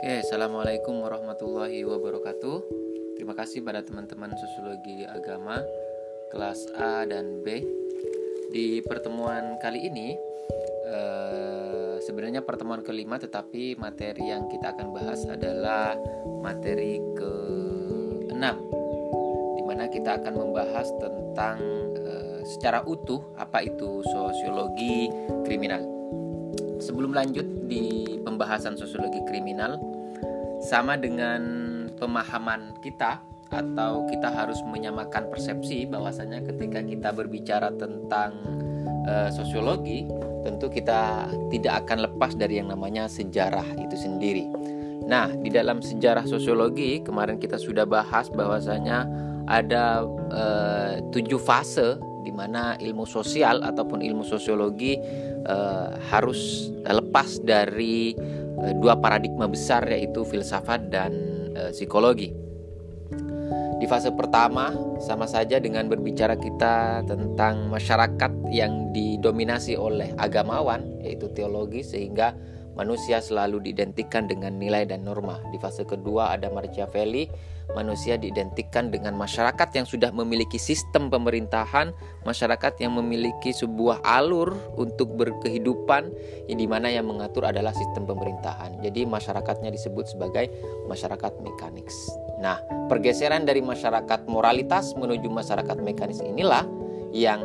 Oke, Assalamualaikum warahmatullahi wabarakatuh. Terima kasih pada teman-teman sosiologi agama kelas A dan B. Di pertemuan kali ini sebenarnya pertemuan kelima, tetapi materi yang kita akan bahas adalah materi ke-6, di mana kita akan membahas tentang secara utuh apa itu sosiologi kriminal. Sebelum lanjut di pembahasan sosiologi kriminal, sama dengan pemahaman kita, atau kita harus menyamakan persepsi bahwasanya ketika kita berbicara tentang sosiologi, tentu kita tidak akan lepas dari yang namanya sejarah itu sendiri. Nah, di dalam sejarah sosiologi kemarin kita sudah bahas bahwasanya ada 7 fase di mana ilmu sosial ataupun ilmu sosiologi harus lepas dari 2 paradigma besar, yaitu filsafat dan psikologi. Di fase pertama sama saja dengan berbicara kita tentang masyarakat yang didominasi oleh agamawan, yaitu teologi, sehingga manusia selalu diidentikan dengan nilai dan norma. Di fase kedua ada Machiavelli, manusia diidentikan dengan masyarakat yang sudah memiliki sistem pemerintahan, masyarakat yang memiliki sebuah alur untuk berkehidupan, di mana yang mengatur adalah sistem pemerintahan. Jadi masyarakatnya disebut sebagai masyarakat mekanis. Nah, pergeseran dari masyarakat moralitas menuju masyarakat mekanis inilah yang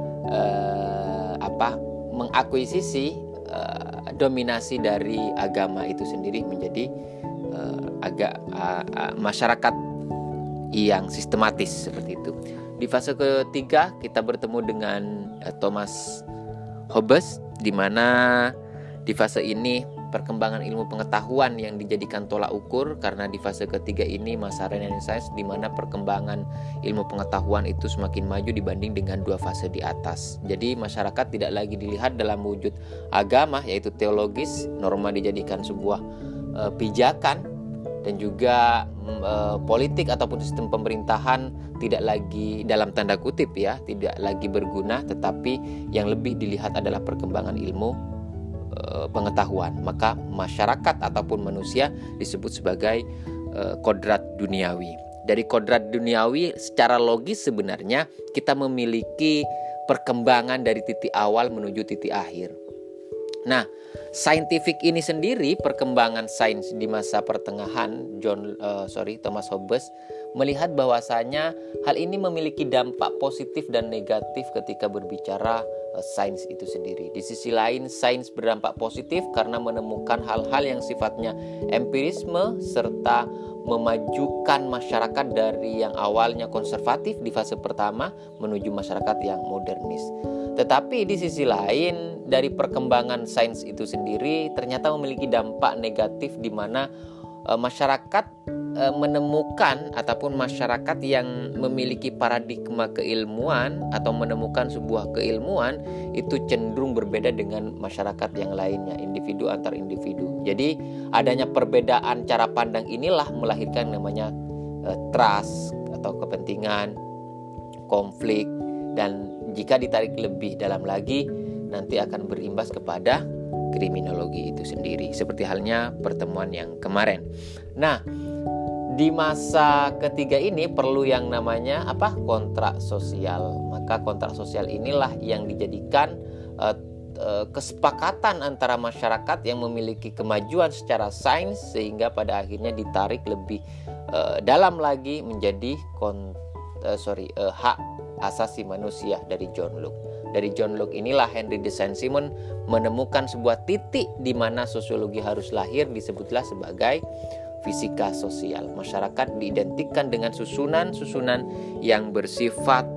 mengakuisisi dominasi dari agama itu sendiri menjadi masyarakat yang sistematis seperti itu. Di fase ketiga kita bertemu dengan Thomas Hobbes, di mana di fase ini perkembangan ilmu pengetahuan yang dijadikan tolak ukur, karena di fase ketiga ini masa Renaissance, di mana perkembangan ilmu pengetahuan itu semakin maju dibanding dengan 2 fase di atas. Jadi masyarakat tidak lagi dilihat dalam wujud agama, yaitu teologis, norma dijadikan sebuah pijakan, dan juga politik ataupun sistem pemerintahan tidak lagi dalam tanda kutip tidak lagi berguna, tetapi yang lebih dilihat adalah perkembangan ilmu pengetahuan. Maka masyarakat ataupun manusia disebut sebagai kodrat duniawi. Dari kodrat duniawi secara logis sebenarnya kita memiliki perkembangan dari titik awal menuju titik akhir. Nah, saintifik ini sendiri, perkembangan sains di masa pertengahan, Thomas Hobbes melihat bahwasanya hal ini memiliki dampak positif dan negatif ketika berbicara sains itu sendiri. Di sisi lain, sains berdampak positif karena menemukan hal-hal yang sifatnya empirisme serta memajukan masyarakat dari yang awalnya konservatif di fase pertama menuju masyarakat yang modernis. Tetapi di sisi lain, dari perkembangan sains itu sendiri ternyata memiliki dampak negatif, di mana masyarakat menemukan ataupun masyarakat yang memiliki paradigma keilmuan atau menemukan sebuah keilmuan itu cenderung berbeda dengan masyarakat yang lainnya, individu antar individu. Jadi adanya perbedaan cara pandang inilah melahirkan namanya trust atau kepentingan, konflik, dan jika ditarik lebih dalam lagi nanti akan berimbas kepada kriminologi itu sendiri, seperti halnya pertemuan yang kemarin. Nah, di masa ketiga ini perlu yang namanya kontrak sosial. Maka kontrak sosial inilah yang dijadikan kesepakatan antara masyarakat yang memiliki kemajuan secara sains, sehingga pada akhirnya ditarik lebih dalam lagi menjadi hak asasi manusia dari John Locke. Dari John Locke inilah Henry de Saint-Simon menemukan sebuah titik di mana sosiologi harus lahir, disebutlah sebagai fisika sosial. Masyarakat diidentikan dengan susunan-susunan yang bersifat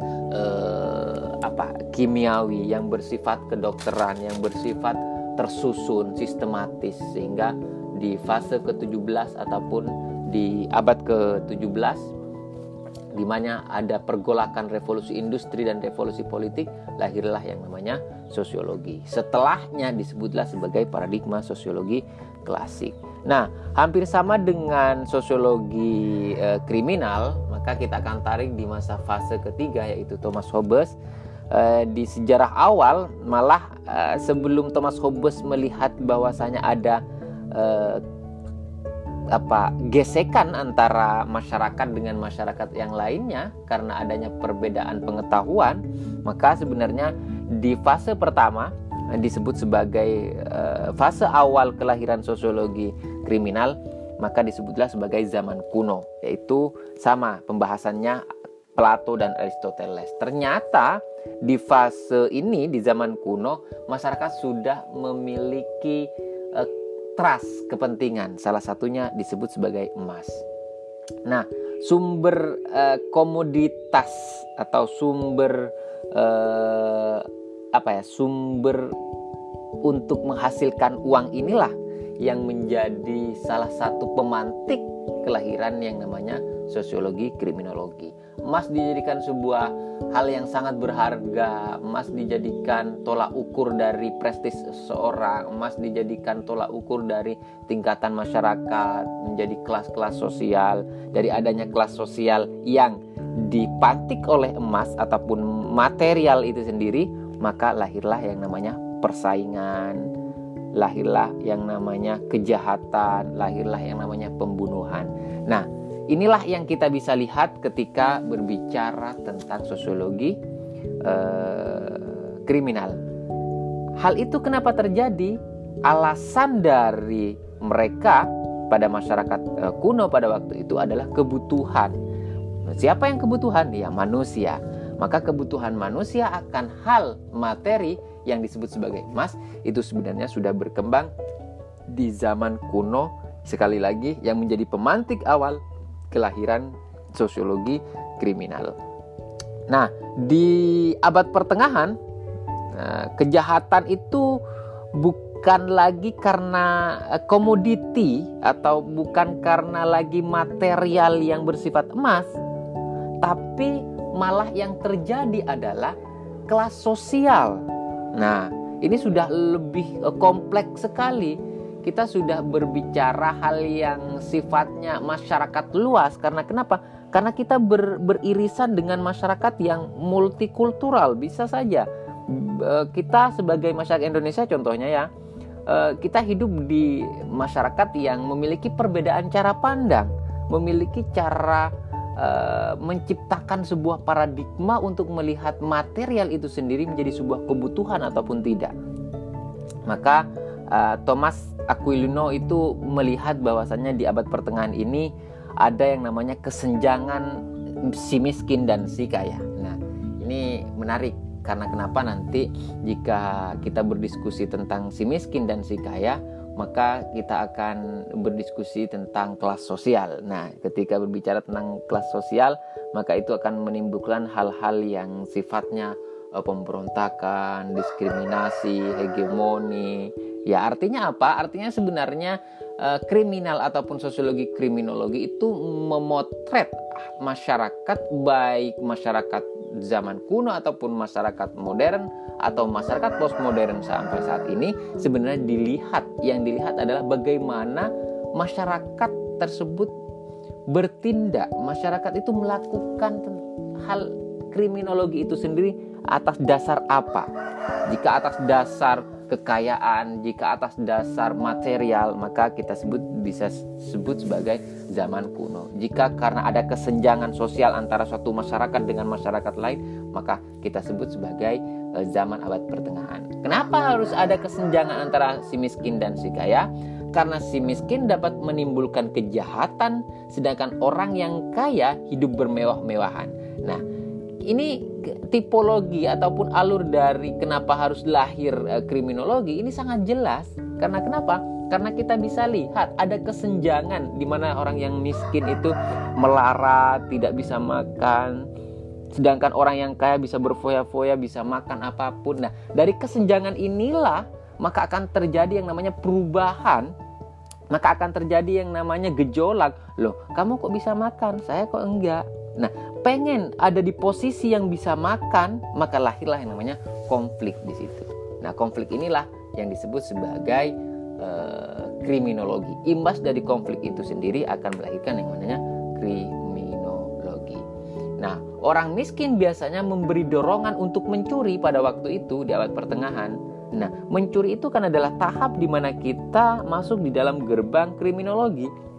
kimiawi, yang bersifat kedokteran, yang bersifat tersusun, sistematis, sehingga di fase ke-17 ataupun di abad ke-17, di mana ada pergolakan revolusi industri dan revolusi politik, lahirlah yang namanya sosiologi. Setelahnya disebutlah sebagai paradigma sosiologi klasik. Nah, hampir sama dengan sosiologi kriminal, maka kita akan tarik di masa fase ketiga, yaitu Thomas Hobbes. Di sejarah awal, malah sebelum Thomas Hobbes melihat bahwasanya ada gesekan antara masyarakat dengan masyarakat yang lainnya karena adanya perbedaan pengetahuan, maka sebenarnya di fase pertama disebut sebagai fase awal kelahiran sosiologi kriminal, maka disebutlah sebagai zaman kuno, yaitu sama pembahasannya Plato dan Aristoteles. Ternyata di fase ini, di zaman kuno, masyarakat sudah memiliki trust, kepentingan. Salah satunya disebut sebagai emas. Nah, sumber komoditas atau sumber sumber untuk menghasilkan uang inilah yang menjadi salah satu pemantik kelahiran yang namanya sosiologi kriminologi. Emas dijadikan sebuah hal yang sangat berharga. Emas dijadikan tolak ukur dari prestis seseorang. Emas dijadikan tolak ukur dari tingkatan masyarakat, menjadi kelas-kelas sosial. Dari adanya kelas sosial yang dipantik oleh emas ataupun material itu sendiri, maka lahirlah yang namanya persaingan, lahirlah yang namanya kejahatan, lahirlah yang namanya pembunuhan. Nah, inilah yang kita bisa lihat ketika berbicara tentang sosiologi kriminal. Hal itu kenapa terjadi? Alasan dari mereka pada masyarakat kuno pada waktu itu adalah kebutuhan. Siapa yang kebutuhan? Ya, manusia. Maka kebutuhan manusia akan hal materi yang disebut sebagai emas itu sebenarnya sudah berkembang di zaman kuno, sekali lagi yang menjadi pemantik awal kelahiran sosiologi kriminal. Nah, di abad pertengahan, kejahatan itu bukan lagi karena komoditi atau bukan karena lagi material yang bersifat emas, tapi malah yang terjadi adalah kelas sosial. Nah, ini sudah lebih kompleks sekali. Kita sudah berbicara hal yang sifatnya masyarakat luas. Karena kenapa? Karena kita beririsan dengan masyarakat yang multikultural. Bisa saja kita sebagai masyarakat Indonesia contohnya ya, kita hidup di masyarakat yang memiliki perbedaan cara pandang, memiliki cara menciptakan sebuah paradigma untuk melihat material itu sendiri menjadi sebuah kebutuhan ataupun tidak. Maka Thomas Aquilino itu melihat bahwasannya di abad pertengahan ini ada yang namanya kesenjangan si miskin dan si kaya. Nah, ini menarik karena kenapa nanti jika kita berdiskusi tentang si miskin dan si kaya, maka kita akan berdiskusi tentang kelas sosial. Nah, ketika berbicara tentang kelas sosial, maka itu akan menimbulkan hal-hal yang sifatnya pemberontakan, diskriminasi, hegemoni. Ya, artinya apa? Artinya sebenarnya kriminal ataupun sosiologi kriminologi itu memotret masyarakat, baik masyarakat zaman kuno ataupun masyarakat modern atau masyarakat postmodern sampai saat ini. Sebenarnya yang dilihat adalah bagaimana masyarakat tersebut bertindak, masyarakat itu melakukan hal kriminologi itu sendiri atas dasar apa. Jika atas dasar kekayaan, jika atas dasar material, maka kita bisa sebut sebagai zaman kuno. Jika karena ada kesenjangan sosial antara suatu masyarakat dengan masyarakat lain, maka kita sebut sebagai zaman abad pertengahan. Kenapa harus ada kesenjangan antara si miskin dan si kaya? Karena si miskin dapat menimbulkan kejahatan, sedangkan orang yang kaya hidup bermewah-mewahan. Nah, ini tipologi ataupun alur dari kenapa harus lahir kriminologi ini sangat jelas. Karena kenapa? Karena kita bisa lihat ada kesenjangan di mana orang yang miskin itu melarat, tidak bisa makan, sedangkan orang yang kaya bisa berfoya-foya, bisa makan apapun. Nah, dari kesenjangan inilah maka akan terjadi yang namanya perubahan. Maka akan terjadi yang namanya gejolak. Loh, kamu kok bisa makan? Saya kok enggak. Nah, pengen ada di posisi yang bisa makan, maka lahirlah yang namanya konflik di situ. Nah, konflik inilah yang disebut sebagai kriminologi. Imbas dari konflik itu sendiri akan melahirkan yang namanya kriminologi. Nah, orang miskin biasanya memberi dorongan untuk mencuri pada waktu itu di abad pertengahan. Nah, mencuri itu kan adalah tahap di mana kita masuk di dalam gerbang kriminologi.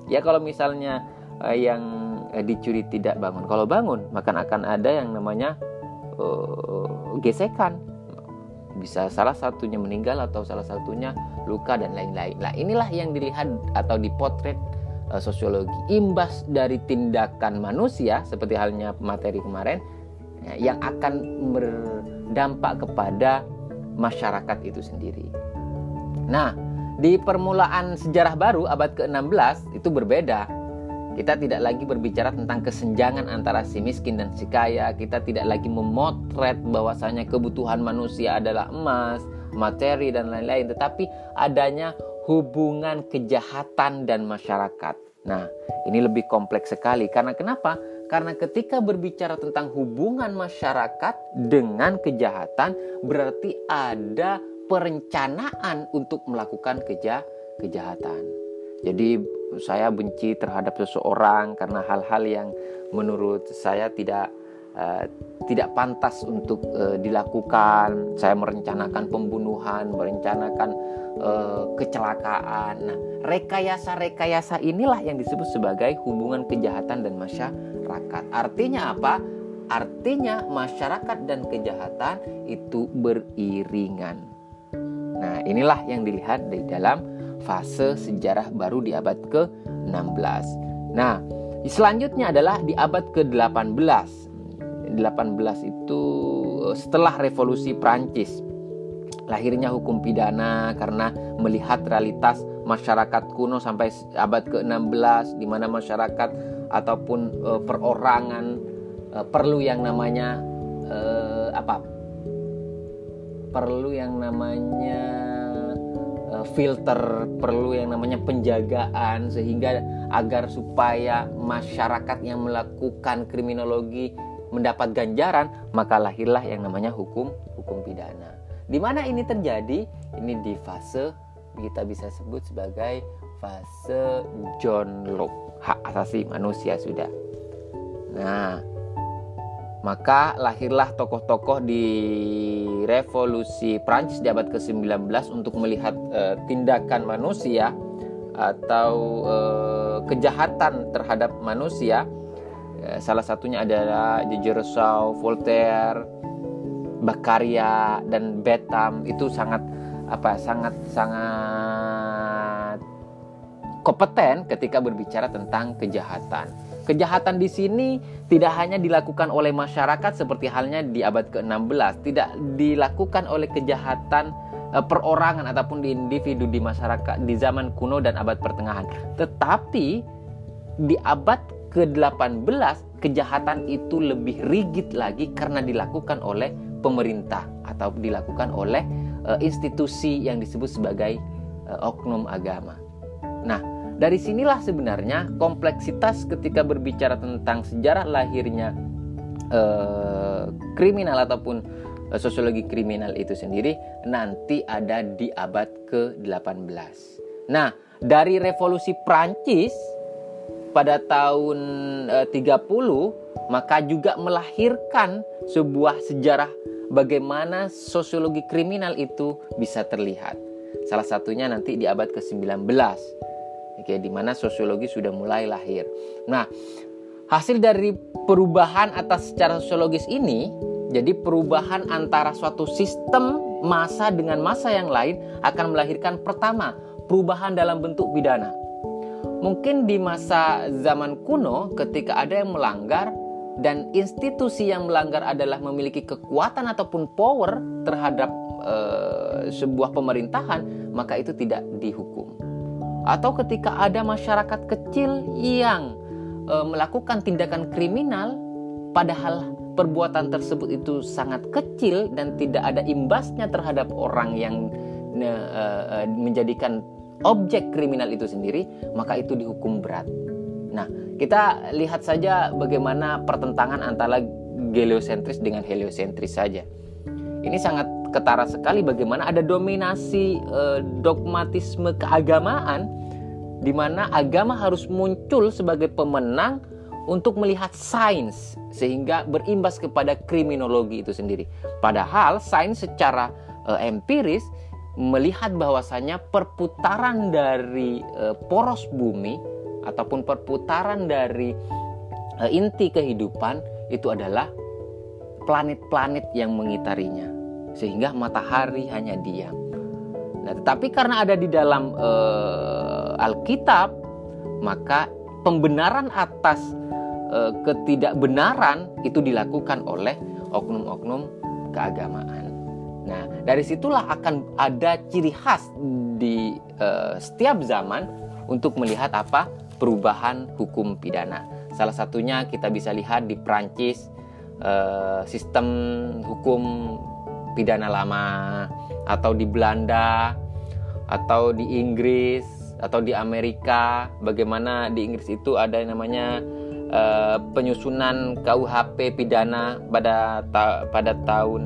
Ya kalau misalnya yang dicuri tidak bangun, kalau bangun maka akan ada yang namanya gesekan. Bisa salah satunya meninggal atau salah satunya luka dan lain-lain. Nah, inilah yang dilihat atau dipotret sosiologi. Imbas dari tindakan manusia seperti halnya materi kemarin yang akan berdampak kepada masyarakat itu sendiri. Nah, di permulaan sejarah baru abad ke-16 itu berbeda. Kita tidak lagi berbicara tentang kesenjangan antara si miskin dan si kaya. Kita tidak lagi memotret bahwasanya kebutuhan manusia adalah emas, materi dan lain-lain, tetapi adanya hubungan kejahatan dan masyarakat. Nah, ini lebih kompleks sekali. Karena kenapa? Karena ketika berbicara tentang hubungan masyarakat dengan kejahatan, berarti ada perencanaan untuk melakukan kejahatan. Jadi saya benci terhadap seseorang karena hal-hal yang menurut saya tidak pantas untuk dilakukan. Saya merencanakan pembunuhan, merencanakan kecelakaan. Nah, rekayasa inilah yang disebut sebagai hubungan kejahatan dan masyarakat. Artinya apa? Artinya masyarakat dan kejahatan itu beriringan. Nah, inilah yang dilihat di dalam fase sejarah baru di abad ke-16. Nah, selanjutnya adalah di abad ke-18. 18 itu setelah revolusi Prancis. Lahirnya hukum pidana karena melihat realitas masyarakat kuno sampai abad ke-16 di mana masyarakat ataupun perorangan perlu yang namanya perlu yang namanya filter, perlu yang namanya penjagaan, sehingga agar supaya masyarakat yang melakukan kriminologi mendapat ganjaran, maka lahirlah yang namanya hukum pidana. Di mana ini terjadi? Ini di fase kita bisa sebut sebagai fase John Locke, hak asasi manusia sudah. Nah, maka lahirlah tokoh-tokoh di revolusi Prancis di abad ke-19 untuk melihat tindakan manusia atau kejahatan terhadap manusia. Salah satunya adalah Jean Rousseau, Voltaire, Beccaria dan Bentham. Itu sangat kompeten ketika berbicara tentang kejahatan. Kejahatan di sini tidak hanya dilakukan oleh masyarakat seperti halnya di abad ke-16, tidak dilakukan oleh kejahatan perorangan ataupun di individu di masyarakat di zaman kuno dan abad pertengahan. Tetapi di abad ke-18 kejahatan itu lebih rigid lagi karena dilakukan oleh pemerintah atau dilakukan oleh institusi yang disebut sebagai oknum agama. Nah, dari sinilah sebenarnya kompleksitas ketika berbicara tentang sejarah lahirnya kriminal ataupun sosiologi kriminal itu sendiri nanti ada di abad ke-18. Nah, dari revolusi Prancis pada tahun 30 maka juga melahirkan sebuah sejarah bagaimana sosiologi kriminal itu bisa terlihat. Salah satunya nanti di abad ke-19. Oke, di mana sosiologi sudah mulai lahir. Nah, hasil dari perubahan atas secara sosiologis ini, jadi perubahan antara suatu sistem massa dengan massa yang lain akan melahirkan pertama, perubahan dalam bentuk pidana. Mungkin di masa zaman kuno ketika ada yang melanggar dan institusi yang melanggar adalah memiliki kekuatan ataupun power terhadap sebuah pemerintahan, maka itu tidak dihukum. Atau ketika ada masyarakat kecil yang melakukan tindakan kriminal padahal perbuatan tersebut itu sangat kecil dan tidak ada imbasnya terhadap orang yang menjadikan objek kriminal itu sendiri, maka itu dihukum berat. Nah, kita lihat saja bagaimana pertentangan antara geosentris dengan heliosentris saja. Ini sangat ketara sekali bagaimana ada dominasi dogmatisme keagamaan di mana agama harus muncul sebagai pemenang untuk melihat sains sehingga berimbas kepada kriminologi itu sendiri. Padahal sains secara empiris melihat bahwasanya perputaran dari poros bumi ataupun perputaran dari inti kehidupan itu adalah planet-planet yang mengitarinya, sehingga matahari hanya diam. Nah, tetapi karena ada di dalam Alkitab, maka pembenaran atas ketidakbenaran itu dilakukan oleh oknum-oknum keagamaan. Nah, dari situlah akan ada ciri khas di setiap zaman untuk melihat apa? Perubahan hukum pidana. Salah satunya kita bisa lihat di Prancis, sistem hukum pidana lama, atau di Belanda, atau di Inggris, atau di Amerika. Bagaimana di Inggris itu ada yang namanya penyusunan KUHP pidana pada tahun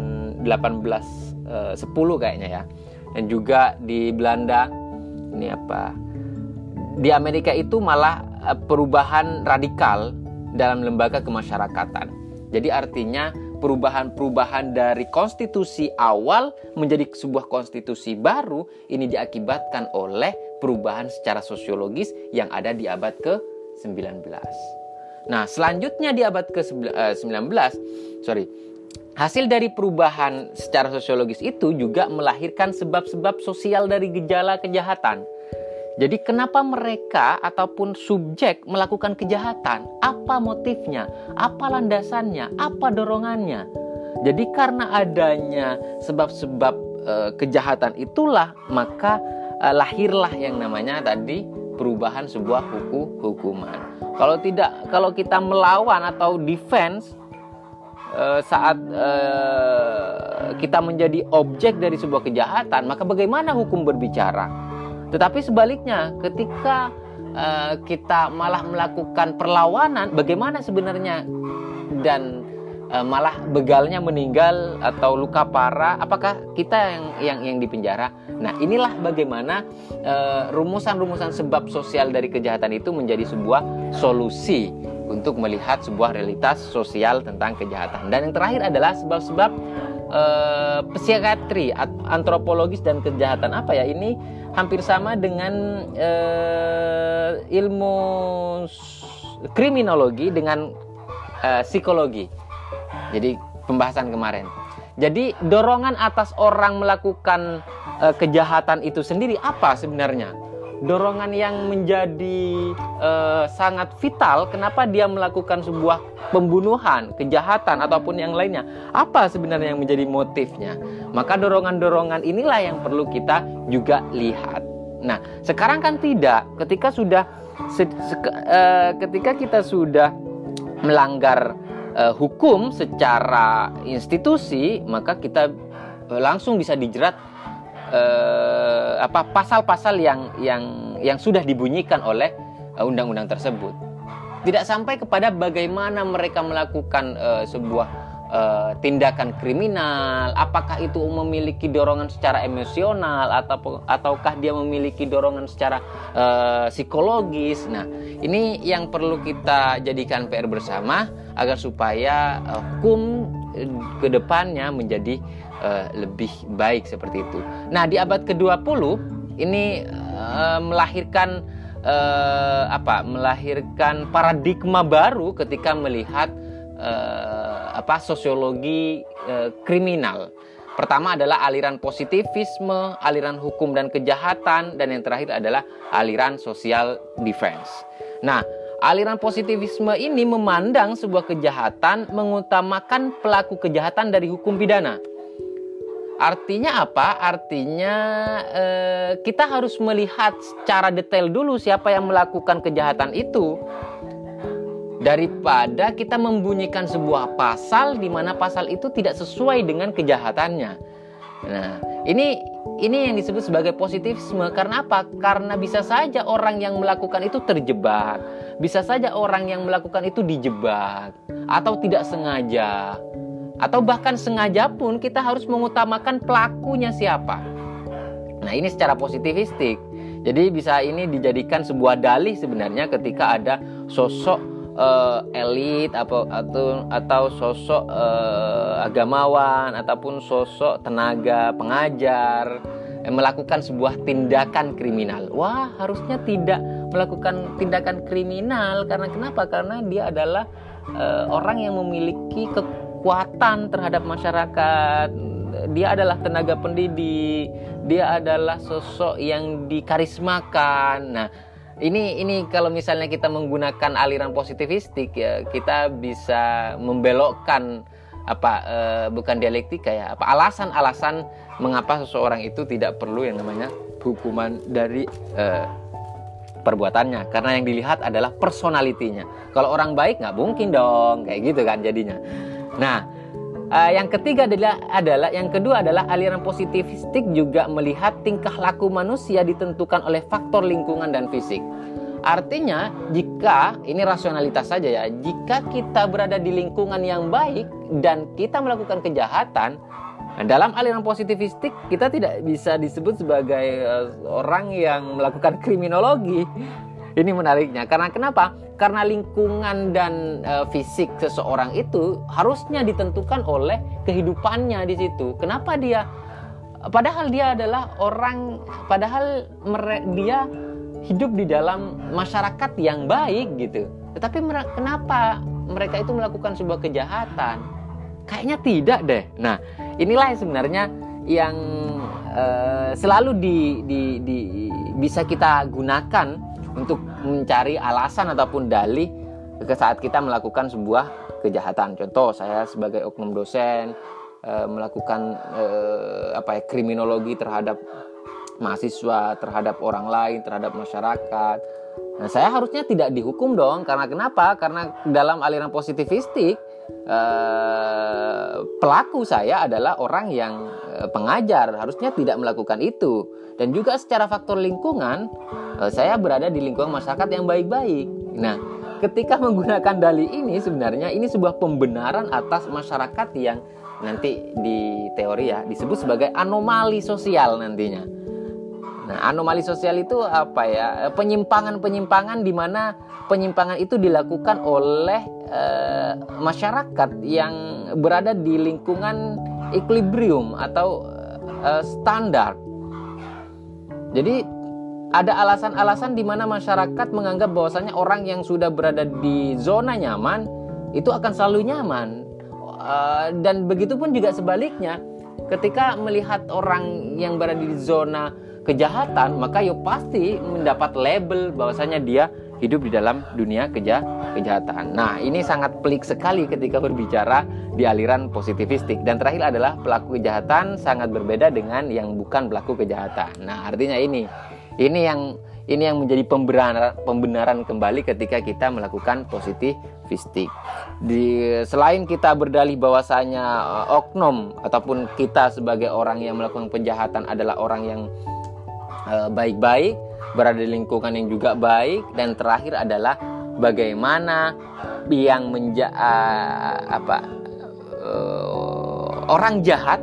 1810 kayaknya ya. Dan juga di Belanda ini apa? Di Amerika itu malah perubahan radikal dalam lembaga kemasyarakatan. Jadi artinya perubahan-perubahan dari konstitusi awal menjadi sebuah konstitusi baru ini diakibatkan oleh perubahan secara sosiologis yang ada di abad ke-19. Nah, selanjutnya di abad ke-19, hasil dari perubahan secara sosiologis itu juga melahirkan sebab-sebab sosial dari gejala kejahatan. Jadi kenapa mereka ataupun subjek melakukan kejahatan? Apa motifnya? Apa landasannya? Apa dorongannya? Jadi karena adanya sebab-sebab kejahatan itulah, maka lahirlah yang namanya tadi perubahan sebuah hukuman. Kalau kita melawan atau defense saat kita menjadi objek dari sebuah kejahatan, maka bagaimana hukum berbicara? Tetapi sebaliknya, ketika kita malah melakukan perlawanan, bagaimana sebenarnya, dan malah begalnya meninggal atau luka parah, apakah kita yang dipenjara? Nah, inilah bagaimana rumusan-rumusan sebab sosial dari kejahatan itu menjadi sebuah solusi untuk melihat sebuah realitas sosial tentang kejahatan. Dan yang terakhir adalah sebab-sebab psikiatri, antropologis dan kejahatan. Apa ya? Ini hampir sama dengan ilmu kriminologi dengan psikologi. Jadi pembahasan kemarin. Jadi dorongan atas orang melakukan kejahatan itu sendiri apa sebenarnya? Dorongan yang menjadi sangat vital, kenapa dia melakukan sebuah pembunuhan, kejahatan ataupun yang lainnya? Apa sebenarnya yang menjadi motifnya? Maka dorongan-dorongan inilah yang perlu kita juga lihat. Nah, sekarang kan tidak. Ketika kita sudah melanggar hukum secara institusi, maka kita langsung bisa dijerat pasal-pasal yang sudah dibunyikan oleh undang-undang tersebut. Tidak sampai kepada bagaimana mereka melakukan sebuah tindakan kriminal, apakah itu memiliki dorongan secara emosional ataukah dia memiliki dorongan secara psikologis. Nah, ini yang perlu kita jadikan PR bersama agar supaya hukum ke depannya menjadi lebih baik seperti itu. Nah, di abad ke-20 ini melahirkan paradigma baru ketika melihat sosiologi kriminal. Pertama adalah aliran positivisme, aliran hukum dan kejahatan, dan yang terakhir adalah aliran social defense. Nah, aliran positivisme ini memandang sebuah kejahatan mengutamakan pelaku kejahatan dari hukum pidana. Artinya apa? Artinya kita harus melihat secara detail dulu siapa yang melakukan kejahatan itu, daripada kita membunyikan sebuah pasal di mana pasal itu tidak sesuai dengan kejahatannya. Nah, ini yang disebut sebagai positivisme. Karena apa? Karena bisa saja orang yang melakukan itu terjebak, bisa saja orang yang melakukan itu dijebak, atau tidak sengaja, atau bahkan sengaja pun kita harus mengutamakan pelakunya siapa. Nah, ini secara positivistik. Jadi bisa ini dijadikan sebuah dalih sebenarnya ketika ada sosok elit atau sosok agamawan ataupun sosok tenaga pengajar melakukan sebuah tindakan kriminal. Wah, harusnya tidak melakukan tindakan kriminal. Karena kenapa? Karena dia adalah orang yang memiliki kekuatan terhadap masyarakat. Dia adalah tenaga pendidik, dia adalah sosok yang dikarismakan. Nah, ini kalau misalnya kita menggunakan aliran positivistik ya, kita bisa membelokkan bukan dialektika ya, alasan-alasan mengapa seseorang itu tidak perlu yang namanya hukuman dari perbuatannya, karena yang dilihat adalah personalitinya. Kalau orang baik nggak mungkin dong kayak gitu kan jadinya. Nah, yang kedua adalah aliran positivistik juga melihat tingkah laku manusia ditentukan oleh faktor lingkungan dan fisik. Artinya, jika ini rasionalitas saja ya, jika kita berada di lingkungan yang baik dan kita melakukan kejahatan, dalam aliran positivistik kita tidak bisa disebut sebagai orang yang melakukan kriminologi. Ini menariknya. Karena kenapa? Karena lingkungan dan fisik seseorang itu harusnya ditentukan oleh kehidupannya di situ. Kenapa dia? Padahal dia adalah dia hidup di dalam masyarakat yang baik gitu. Tetapi kenapa mereka itu melakukan sebuah kejahatan? Kayaknya tidak deh. Nah, inilah sebenarnya yang selalu bisa kita gunakan untuk mencari alasan ataupun dalih saat kita melakukan sebuah kejahatan. Contoh, saya sebagai oknum dosen melakukan kriminologi terhadap mahasiswa, terhadap orang lain, terhadap masyarakat. Nah, saya harusnya tidak dihukum dong. Karena kenapa? Karena dalam aliran positivistik pelaku saya adalah orang yang pengajar, harusnya tidak melakukan itu. Dan juga secara faktor lingkungan, saya berada di lingkungan masyarakat yang baik-baik. Nah, ketika menggunakan dalih ini, sebenarnya ini sebuah pembenaran atas masyarakat yang nanti di teori ya disebut sebagai anomali sosial nantinya. Nah, anomali sosial itu apa ya? Penyimpangan-penyimpangan di mana penyimpangan itu dilakukan oleh masyarakat yang berada di lingkungan equilibrium atau standar. Jadi ada alasan-alasan di mana masyarakat menganggap bahwasanya orang yang sudah berada di zona nyaman itu akan selalu nyaman. Dan begitu pun juga sebaliknya, ketika melihat orang yang berada di zona kejahatan, maka ya pasti mendapat label bahwasanya dia hidup di dalam dunia kejahatan. Nah, ini sangat pelik sekali ketika berbicara di aliran positivistik. Dan terakhir adalah pelaku kejahatan sangat berbeda dengan yang bukan pelaku kejahatan. Nah, artinya ini yang menjadi pembenaran kembali ketika kita melakukan positivistik. Selain kita berdalih bahwasanya oknum ataupun kita sebagai orang yang melakukan penjahatan adalah orang yang baik-baik, berada di lingkungan yang juga baik, dan terakhir adalah bagaimana yang orang jahat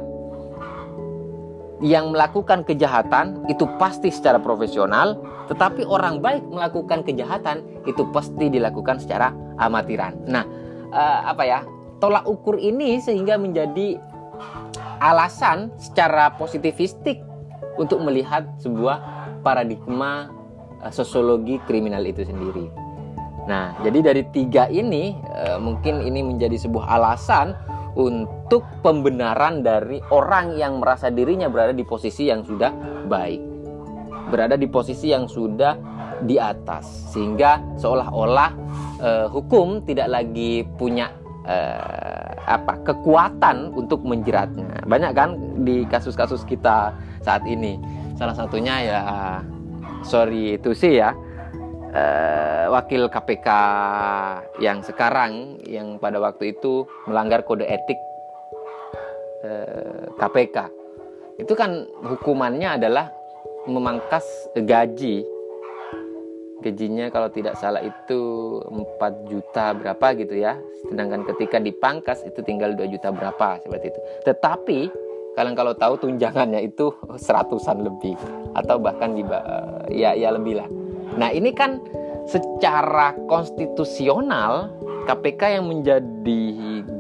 yang melakukan kejahatan itu pasti secara profesional, tetapi orang baik melakukan kejahatan itu pasti dilakukan secara amatiran. Nah, tolak ukur ini sehingga menjadi alasan secara positivistik untuk melihat sebuah paradigma sosiologi kriminal itu sendiri. Nah, jadi dari tiga ini mungkin ini menjadi sebuah alasan untuk pembenaran dari orang yang merasa dirinya berada di posisi yang sudah baik, berada di posisi yang sudah di atas, sehingga seolah-olah hukum tidak lagi punya kekuatan untuk menjeratnya. Banyak kan di kasus-kasus kita saat ini. Salah satunya ya sorry to say ya, wakil KPK yang sekarang yang pada waktu itu melanggar kode etik KPK. Itu kan hukumannya adalah memangkas gajinya kalau tidak salah itu 4 juta berapa gitu ya. Sedangkan ketika dipangkas itu tinggal 2 juta berapa seperti itu. Tetapi kalian kalau tahu tunjangannya itu 100-an lebih atau bahkan lebih lah. Nah, ini kan secara konstitusional KPK yang menjadi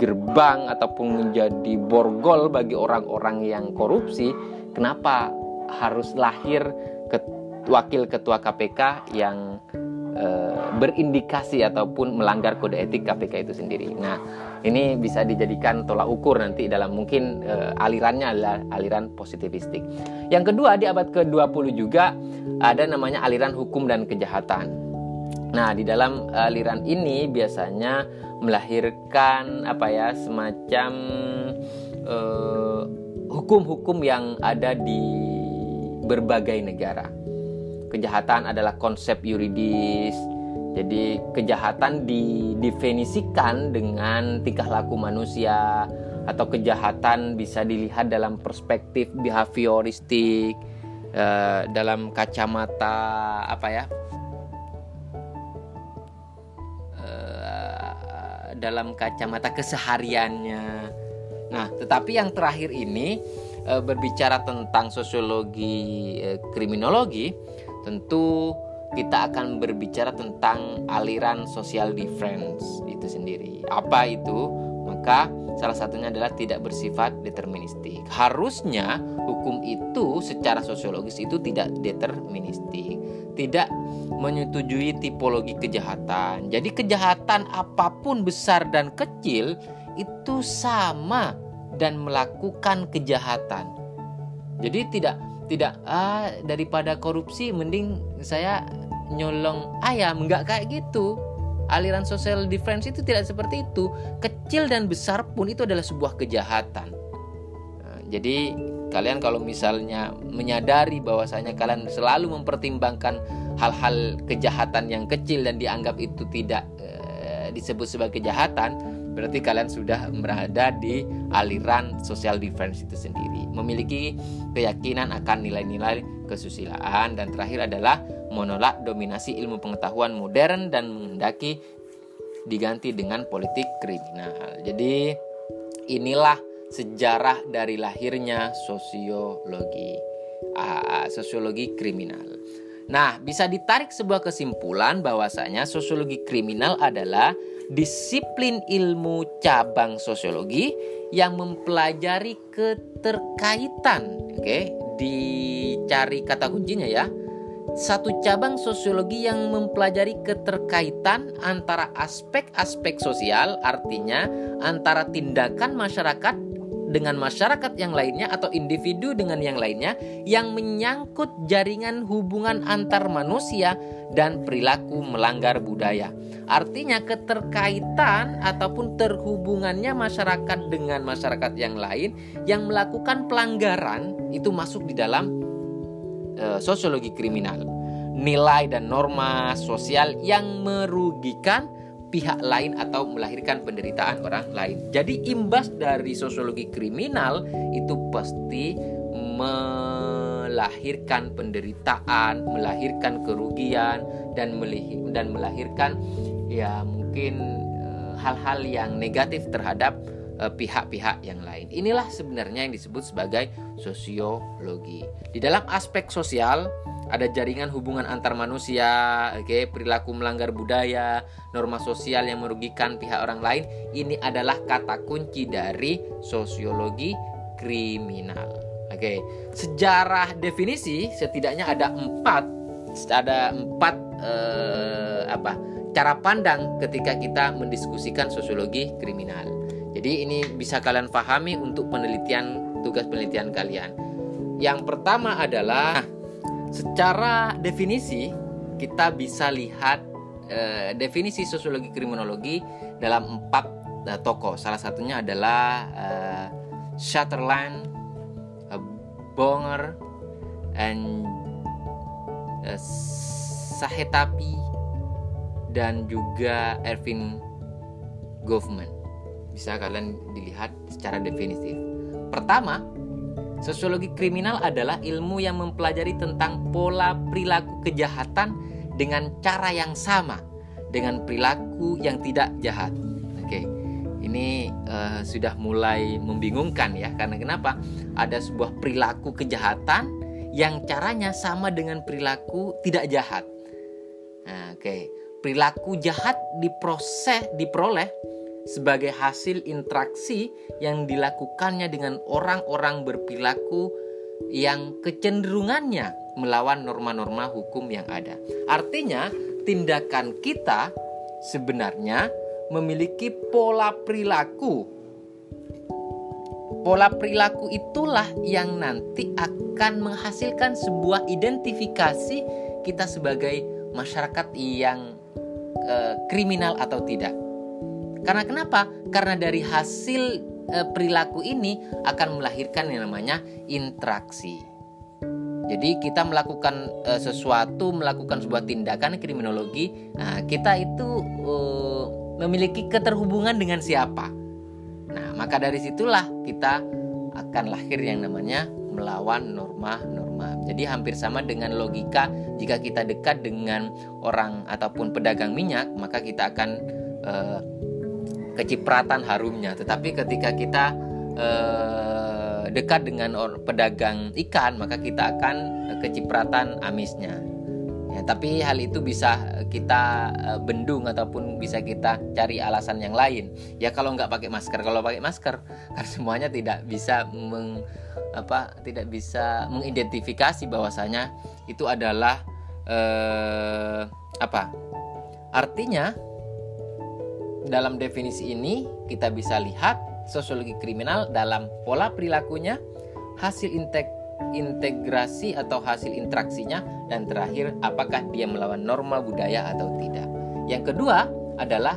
gerbang ataupun menjadi borgol bagi orang-orang yang korupsi. Kenapa harus lahir wakil ketua KPK yang berindikasi ataupun melanggar kode etik KPK itu sendiri. Nah, ini bisa dijadikan tolak ukur nanti dalam mungkin alirannya adalah aliran positivistik. Yang kedua, di abad ke-20 juga ada namanya aliran hukum dan kejahatan. Nah, di dalam aliran ini biasanya melahirkan semacam hukum-hukum yang ada di berbagai negara. Kejahatan adalah konsep yuridis. Jadi kejahatan didefinisikan dengan tingkah laku manusia, atau kejahatan bisa dilihat dalam perspektif behavioristik, dalam kacamata dalam kacamata kesehariannya. Nah, tetapi yang terakhir ini berbicara tentang sosiologi kriminologi, tentu kita akan berbicara tentang aliran social difference itu sendiri. Apa itu? Maka salah satunya adalah tidak bersifat deterministik. Harusnya hukum itu secara sosiologis itu tidak deterministik, tidak menyetujui tipologi kejahatan. Jadi kejahatan apapun besar dan kecil itu sama dan melakukan kejahatan. Jadi tidak daripada korupsi mending saya nyolong ayam, enggak kayak gitu. Aliran social difference itu tidak seperti itu. Kecil dan besar pun itu adalah sebuah kejahatan. Nah, jadi kalian kalau misalnya menyadari bahwasanya kalian selalu mempertimbangkan hal-hal kejahatan yang kecil dan dianggap itu tidak disebut sebagai kejahatan, berarti kalian sudah berada di aliran social difference itu sendiri, memiliki keyakinan akan nilai-nilai kesusilaan. Dan terakhir adalah menolak dominasi ilmu pengetahuan modern dan menghendaki diganti dengan politik kriminal. Jadi inilah sejarah dari lahirnya sosiologi kriminal. Nah, bisa ditarik sebuah kesimpulan bahwasanya sosiologi kriminal adalah disiplin ilmu cabang sosiologi yang mempelajari keterkaitan. Dicari kata kuncinya ya. Satu cabang sosiologi yang mempelajari keterkaitan antara aspek-aspek sosial, artinya antara tindakan masyarakat dengan masyarakat yang lainnya atau individu dengan yang lainnya, yang menyangkut jaringan hubungan antar manusia dan perilaku melanggar budaya. Artinya keterkaitan ataupun terhubungannya masyarakat dengan masyarakat yang lain yang melakukan pelanggaran itu masuk di dalam sosiologi kriminal. Nilai dan norma sosial yang merugikan pihak lain atau melahirkan penderitaan orang lain. Jadi imbas dari sosiologi kriminal itu pasti melahirkan penderitaan, melahirkan kerugian, dan melahirkan ya mungkin hal-hal yang negatif terhadap pihak-pihak yang lain. Inilah sebenarnya yang disebut sebagai sosiologi. Di dalam aspek sosial ada jaringan hubungan antar manusia, perilaku melanggar budaya, norma sosial yang merugikan pihak orang lain. Ini adalah kata kunci dari sosiologi kriminal. Sejarah definisi setidaknya ada empat cara pandang ketika kita mendiskusikan sosiologi kriminal. Jadi ini bisa kalian pahami untuk tugas penelitian kalian. Yang pertama adalah secara definisi kita bisa lihat definisi sosiologi kriminologi dalam 4 tokoh. Salah satunya adalah Sutherland, Bonger, and Sahetapi, dan juga Erving Goffman. Bisa kalian dilihat secara definitif. Pertama, sosiologi kriminal adalah ilmu yang mempelajari tentang pola perilaku kejahatan dengan cara yang sama dengan perilaku yang tidak jahat. Ini sudah mulai membingungkan ya, karena kenapa? Ada sebuah perilaku kejahatan yang caranya sama dengan perilaku tidak jahat. Perilaku jahat diperoleh sebagai hasil interaksi yang dilakukannya dengan orang-orang berperilaku yang kecenderungannya melawan norma-norma hukum yang ada. Artinya, tindakan kita sebenarnya memiliki pola perilaku. Pola perilaku itulah yang nanti akan menghasilkan sebuah identifikasi kita sebagai masyarakat yang kriminal atau tidak. Karena kenapa? Karena dari hasil perilaku ini akan melahirkan yang namanya interaksi. Jadi kita melakukan melakukan sebuah tindakan kriminologi, kita itu memiliki keterhubungan dengan siapa. Nah, maka dari situlah kita akan lahir yang namanya melawan norma-norma. Jadi hampir sama dengan logika, jika kita dekat dengan orang ataupun pedagang minyak, maka kita akan kecipratan harumnya. Tetapi ketika kita dekat dengan pedagang ikan, maka kita akan kecipratan amisnya. Ya, tapi hal itu bisa kita bendung ataupun bisa kita cari alasan yang lain. Ya kalau nggak pakai masker, kalau pakai masker, karena semuanya tidak bisa mengidentifikasi bahwasanya itu adalah Artinya dalam definisi ini kita bisa lihat sosiologi kriminal dalam pola perilakunya, hasil integrasi atau hasil interaksinya, dan terakhir apakah dia melawan norma budaya atau tidak. Yang kedua adalah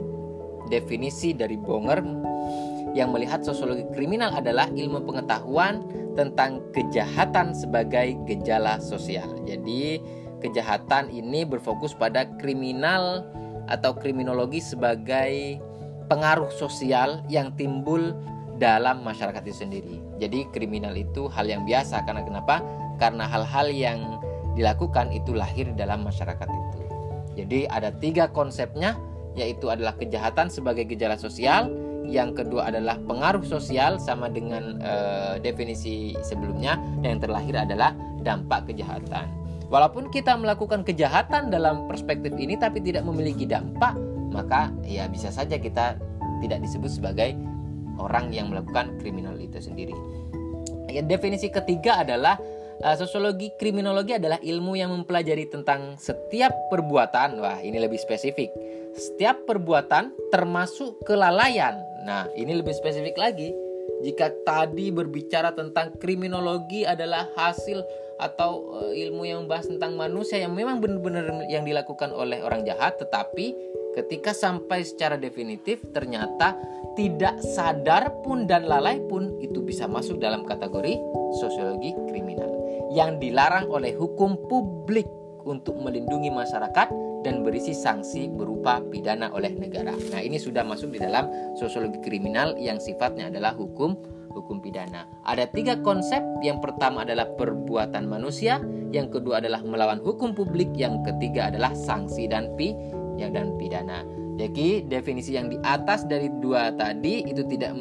definisi dari Bonger yang melihat sosiologi kriminal adalah ilmu pengetahuan tentang kejahatan sebagai gejala sosial. Jadi kejahatan ini berfokus pada kriminal atau kriminologi sebagai pengaruh sosial yang timbul dalam masyarakat itu sendiri. Jadi kriminal itu hal yang biasa. Karena kenapa? Karena hal-hal yang dilakukan itu lahir dalam masyarakat itu. Jadi ada 3 konsepnya, yaitu adalah kejahatan sebagai gejala sosial, yang kedua adalah pengaruh sosial sama dengan definisi sebelumnya, dan yang terakhir adalah dampak kejahatan. Walaupun kita melakukan kejahatan dalam perspektif ini tapi tidak memiliki dampak, maka ya bisa saja kita tidak disebut sebagai orang yang melakukan kriminal itu sendiri. Definisi ketiga adalah sosiologi kriminologi adalah ilmu yang mempelajari tentang setiap perbuatan. Wah, ini lebih spesifik. Setiap perbuatan termasuk kelalaian. Nah, ini lebih spesifik lagi. Jika tadi berbicara tentang kriminologi adalah hasil atau ilmu yang membahas tentang manusia yang memang benar-benar yang dilakukan oleh orang jahat, tetapi ketika sampai secara definitif ternyata tidak sadar pun dan lalai pun itu bisa masuk dalam kategori sosiologi kriminal yang dilarang oleh hukum publik untuk melindungi masyarakat dan berisi sanksi berupa pidana oleh negara. Nah, ini sudah masuk di dalam sosiologi kriminal yang sifatnya adalah hukum pidana. Ada 3 konsep. Yang pertama adalah perbuatan manusia, yang kedua adalah melawan hukum publik, yang ketiga adalah sanksi dan pidana. Jadi definisi yang di atas dari 2 tadi itu tidak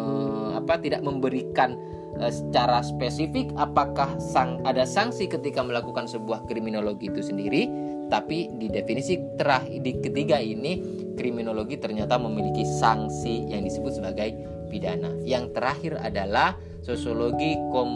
memberikan secara spesifik apakah ada sanksi ketika melakukan sebuah kriminologi itu sendiri, tapi di definisi di ketiga ini kriminologi ternyata memiliki sanksi yang disebut sebagai pidana. Yang terakhir adalah sosiologi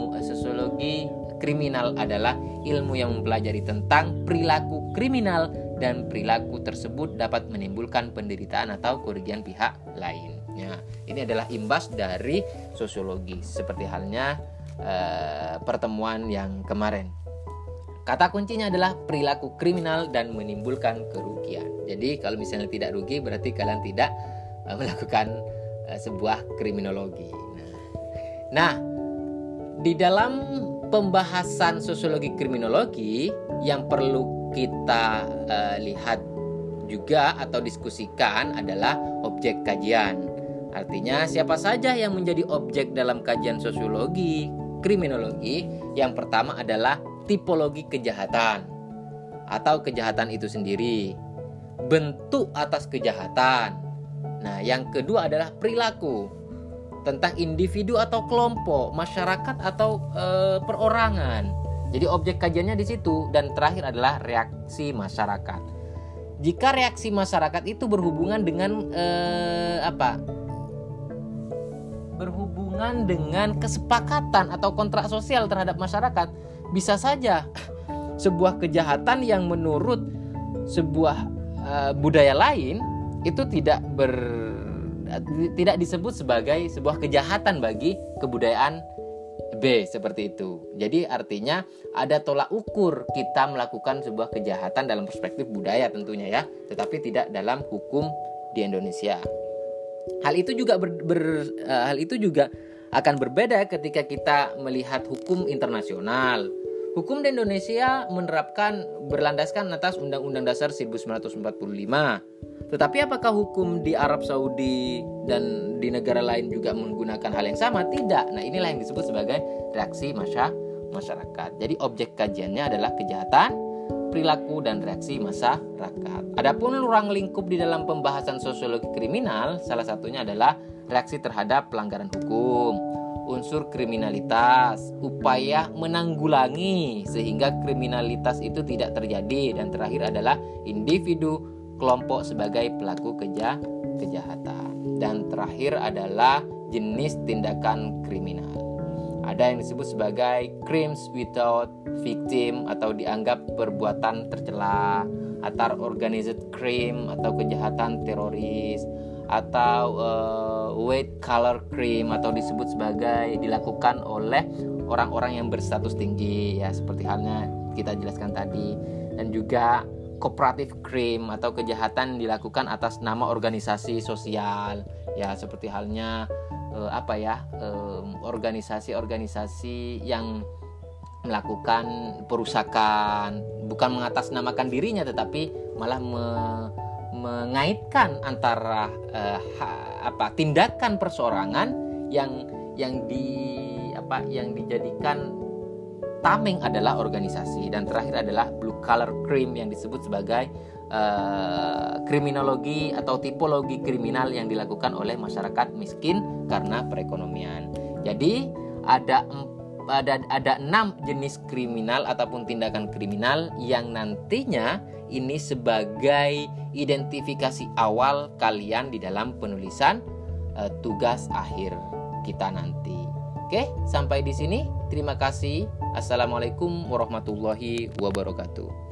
kriminal adalah ilmu yang mempelajari tentang perilaku kriminal dan perilaku tersebut dapat menimbulkan penderitaan atau kerugian pihak lain. Nah, ini adalah imbas dari sosiologi seperti halnya pertemuan yang kemarin. Kata kuncinya adalah perilaku kriminal dan menimbulkan kerugian. Jadi kalau misalnya tidak rugi berarti kalian tidak melakukan sebuah kriminologi. Nah, di dalam pembahasan sosiologi kriminologi yang perlu kita lihat juga atau diskusikan adalah objek kajian. Artinya siapa saja yang menjadi objek dalam kajian sosiologi kriminologi? Yang pertama adalah tipologi kejahatan atau kejahatan itu sendiri, bentuk atas kejahatan. Nah, yang kedua adalah perilaku tentang individu atau kelompok, masyarakat atau perorangan. Jadi objek kajiannya di situ. Dan terakhir adalah reaksi masyarakat. Jika reaksi masyarakat itu berhubungan dengan berhubungan dengan kesepakatan atau kontrak sosial terhadap masyarakat. Bisa saja sebuah kejahatan yang menurut sebuah budaya lain itu tidak disebut sebagai sebuah kejahatan bagi kebudayaan B, seperti itu. Jadi artinya ada tolak ukur kita melakukan sebuah kejahatan dalam perspektif budaya tentunya ya, tetapi tidak dalam hukum di Indonesia. Hal itu juga akan berbeda ketika kita melihat hukum internasional. Hukum di Indonesia berlandaskan atas Undang-Undang Dasar 1945. Tetapi apakah hukum di Arab Saudi dan di negara lain juga menggunakan hal yang sama? Tidak. Nah, inilah yang disebut sebagai reaksi masyarakat. Jadi objek kajiannya adalah kejahatan, perilaku, dan reaksi masyarakat. Adapun ruang lingkup di dalam pembahasan sosiologi kriminal, salah satunya adalah reaksi terhadap pelanggaran hukum, unsur kriminalitas, upaya menanggulangi sehingga kriminalitas itu tidak terjadi, dan terakhir adalah individu kelompok sebagai pelaku kejahatan. Dan terakhir adalah jenis tindakan kriminal. Ada yang disebut sebagai crimes without victim atau dianggap perbuatan tercela, atau organized crime atau kejahatan teroris, atau white collar crime atau disebut sebagai dilakukan oleh orang-orang yang berstatus tinggi ya, seperti halnya kita jelaskan tadi. Dan juga cooperative crime atau kejahatan dilakukan atas nama organisasi sosial ya, seperti halnya organisasi-organisasi yang melakukan perusakan, bukan mengatasnamakan dirinya tetapi malah mengaitkan antara tindakan perseorangan yang dijadikan tameng adalah organisasi. Dan terakhir adalah blue collar crime yang disebut sebagai kriminologi atau tipologi kriminal yang dilakukan oleh masyarakat miskin karena perekonomian. Jadi ada 6 jenis kriminal ataupun tindakan kriminal yang nantinya ini sebagai identifikasi awal kalian di dalam penulisan tugas akhir kita nanti. Oke, sampai di sini. Terima kasih. Assalamualaikum warahmatullahi wabarakatuh.